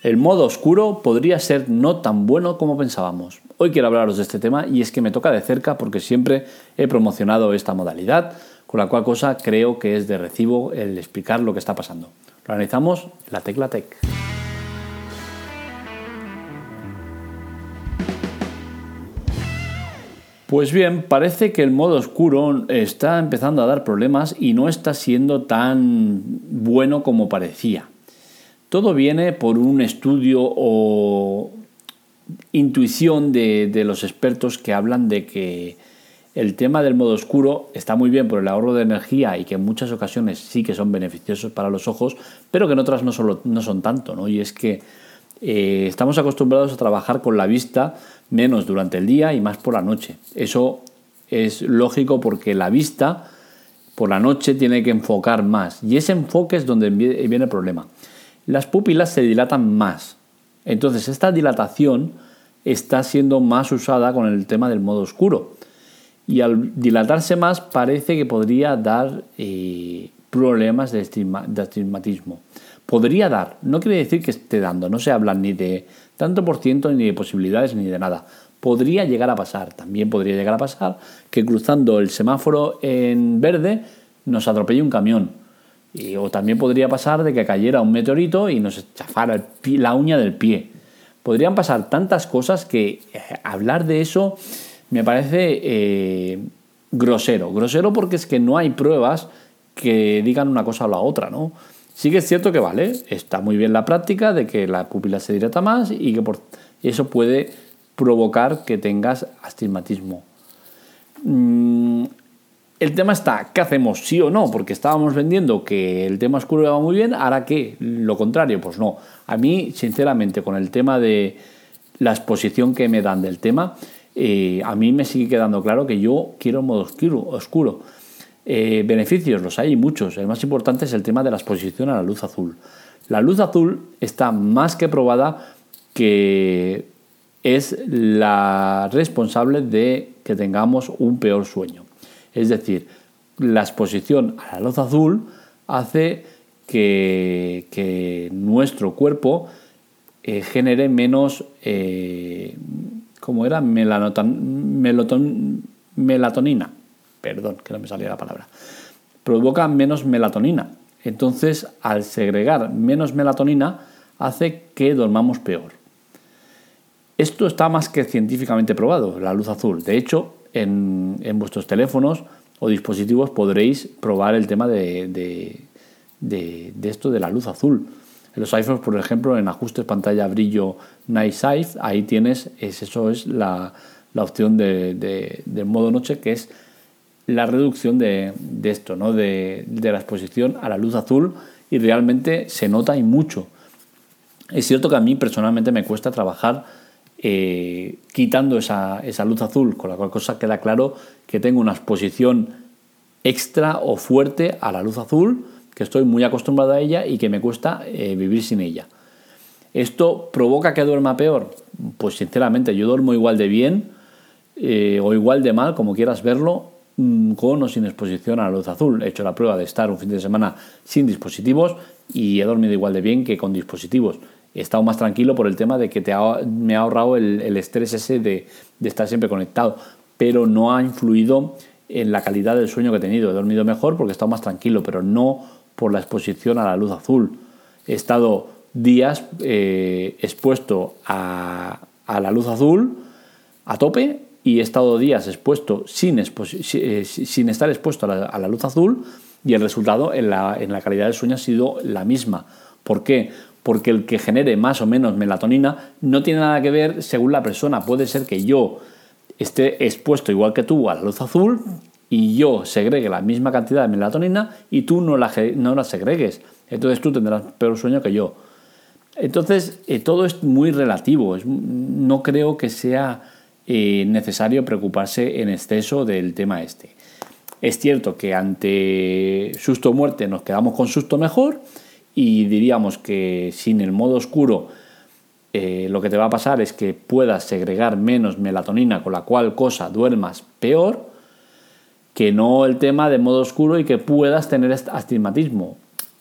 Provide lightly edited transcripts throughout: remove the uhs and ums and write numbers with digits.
El modo oscuro podría ser no tan bueno como pensábamos. Hoy quiero hablaros de este tema y es que me toca de cerca porque siempre he promocionado esta modalidad, con la cual cosa creo que es de recibo el explicar lo que está pasando. Lo analizamos en la Tecla Tech. Pues bien, parece que el modo oscuro está empezando a dar problemas y no está siendo tan bueno como parecía. Todo viene por un estudio o intuición de los expertos que hablan de que el tema del modo oscuro está muy bien por el ahorro de energía y que en muchas ocasiones sí que son beneficiosos para los ojos, pero que en otras no son tanto, ¿no? Y es que estamos acostumbrados a trabajar con la vista menos durante el día y más por la noche. Eso es lógico porque la vista por la noche tiene que enfocar más y ese enfoque es donde viene el problema. Las pupilas se dilatan más, entonces esta dilatación está siendo más usada con el tema del modo oscuro y al dilatarse más parece que podría dar problemas de astigmatismo. Podría dar, no quiere decir que esté dando, no se habla ni de tanto por ciento, ni de posibilidades, ni de nada. Podría llegar a pasar, también podría llegar a pasar que cruzando el semáforo en verde nos atropelle un camión. O también podría pasar de que cayera un meteorito y nos chafara la uña del pie. Podrían pasar tantas cosas que hablar de eso me parece grosero. Grosero porque es que no hay pruebas que digan una cosa o la otra, ¿no? Sí que es cierto que vale, está muy bien la práctica de que la pupila se dilata más y que eso puede provocar que tengas astigmatismo. El tema está, ¿qué hacemos? ¿Sí o no? Porque estábamos vendiendo que el tema oscuro iba muy bien, ¿ahora qué? ¿Lo contrario? Pues no. A mí, sinceramente, con el tema de la exposición que me dan del tema, a mí me sigue quedando claro que yo quiero modo oscuro. Beneficios, los hay muchos. El más importante es el tema de la exposición a la luz azul. La luz azul está más que probada que es la responsable de que tengamos un peor sueño. Es decir, la exposición a la luz azul hace que nuestro cuerpo genere menos melatonina. Perdón, que no me salía la palabra. Provoca menos melatonina. Entonces, al segregar menos melatonina, hace que dormamos peor. Esto está más que científicamente probado, la luz azul. De hecho, en vuestros teléfonos o dispositivos podréis probar el tema de esto de la luz azul. En los iPhones, por ejemplo, en ajustes pantalla brillo Night Sight, ahí tienes, eso es la opción del modo noche, que es la reducción de esto, ¿no? de la exposición a la luz azul, y realmente se nota y mucho. Es cierto que a mí personalmente me cuesta trabajar quitando esa luz azul, con la cual cosa queda claro que tengo una exposición extra o fuerte a la luz azul, que estoy muy acostumbrado a ella y que me cuesta vivir sin ella. ¿Esto provoca que duerma peor? Pues sinceramente yo duermo igual de bien o igual de mal, como quieras verlo, con o sin exposición a la luz azul. He hecho la prueba de estar un fin de semana sin dispositivos y he dormido igual de bien que con dispositivos. He estado más tranquilo por el tema de que me ha ahorrado el estrés ese de estar siempre conectado, pero no ha influido en la calidad del sueño que he tenido. He dormido mejor porque he estado más tranquilo, pero no por la exposición a la luz azul. He estado días expuesto a la luz azul a tope, y he estado días expuesto sin estar expuesto a la luz azul, y el resultado en la calidad del sueño ha sido la misma. ¿Por qué? Porque el que genere más o menos melatonina no tiene nada que ver según la persona. Puede ser que yo esté expuesto igual que tú a la luz azul y yo segregue la misma cantidad de melatonina y tú no la segregues. Entonces tú tendrás peor sueño que yo. Entonces todo es muy relativo. No creo que sea necesario preocuparse en exceso del tema este. Es cierto que ante susto o muerte nos quedamos con susto mejor, y diríamos que sin el modo oscuro lo que te va a pasar es que puedas segregar menos melatonina, con la cual cosa duermas peor, que no el tema de modo oscuro y que puedas tener astigmatismo.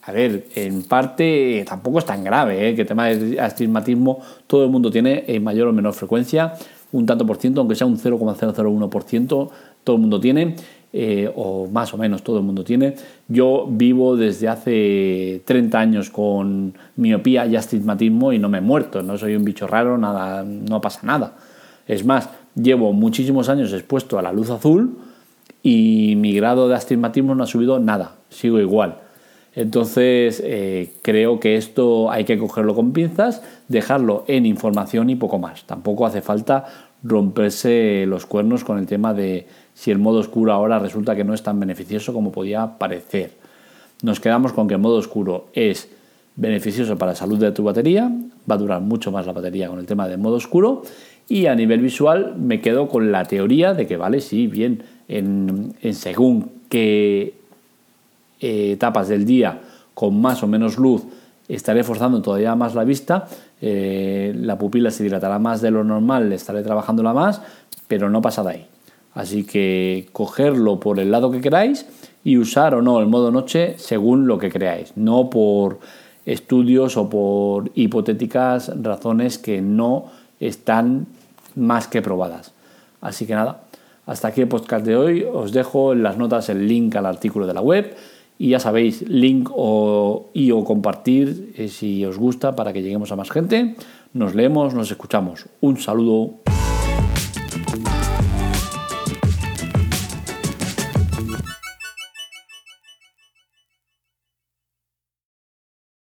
A ver, en parte tampoco es tan grave, que el tema de astigmatismo todo el mundo tiene en mayor o menor frecuencia, un tanto por ciento, aunque sea un 0,001%, todo el mundo tiene, o más o menos todo el mundo tiene. Yo vivo desde hace 30 años con miopía y astigmatismo y no me he muerto, no soy un bicho raro, nada, no pasa nada. Es más, llevo muchísimos años expuesto a la luz azul y mi grado de astigmatismo no ha subido nada, sigo igual. Entonces creo que esto hay que cogerlo con pinzas, dejarlo en información y poco más. Tampoco hace falta romperse los cuernos con el tema de si el modo oscuro ahora resulta que no es tan beneficioso como podía parecer. Nos quedamos con que el modo oscuro es beneficioso para la salud de tu batería, va a durar mucho más la batería con el tema del modo oscuro, y a nivel visual me quedo con la teoría de que vale, sí, bien, en según qué etapas del día con más o menos luz estaré forzando todavía más la vista, la pupila se dilatará más de lo normal, estaré trabajándola más, pero no pasa de ahí. Así que cogerlo por el lado que queráis y usar o no el modo noche según lo que creáis, no por estudios o por hipotéticas razones que no están más que probadas. Así que nada, hasta aquí el podcast de hoy. Os dejo en las notas el link al artículo de la web y ya sabéis, link o compartir si os gusta para que lleguemos a más gente. Nos leemos, nos escuchamos. Un saludo.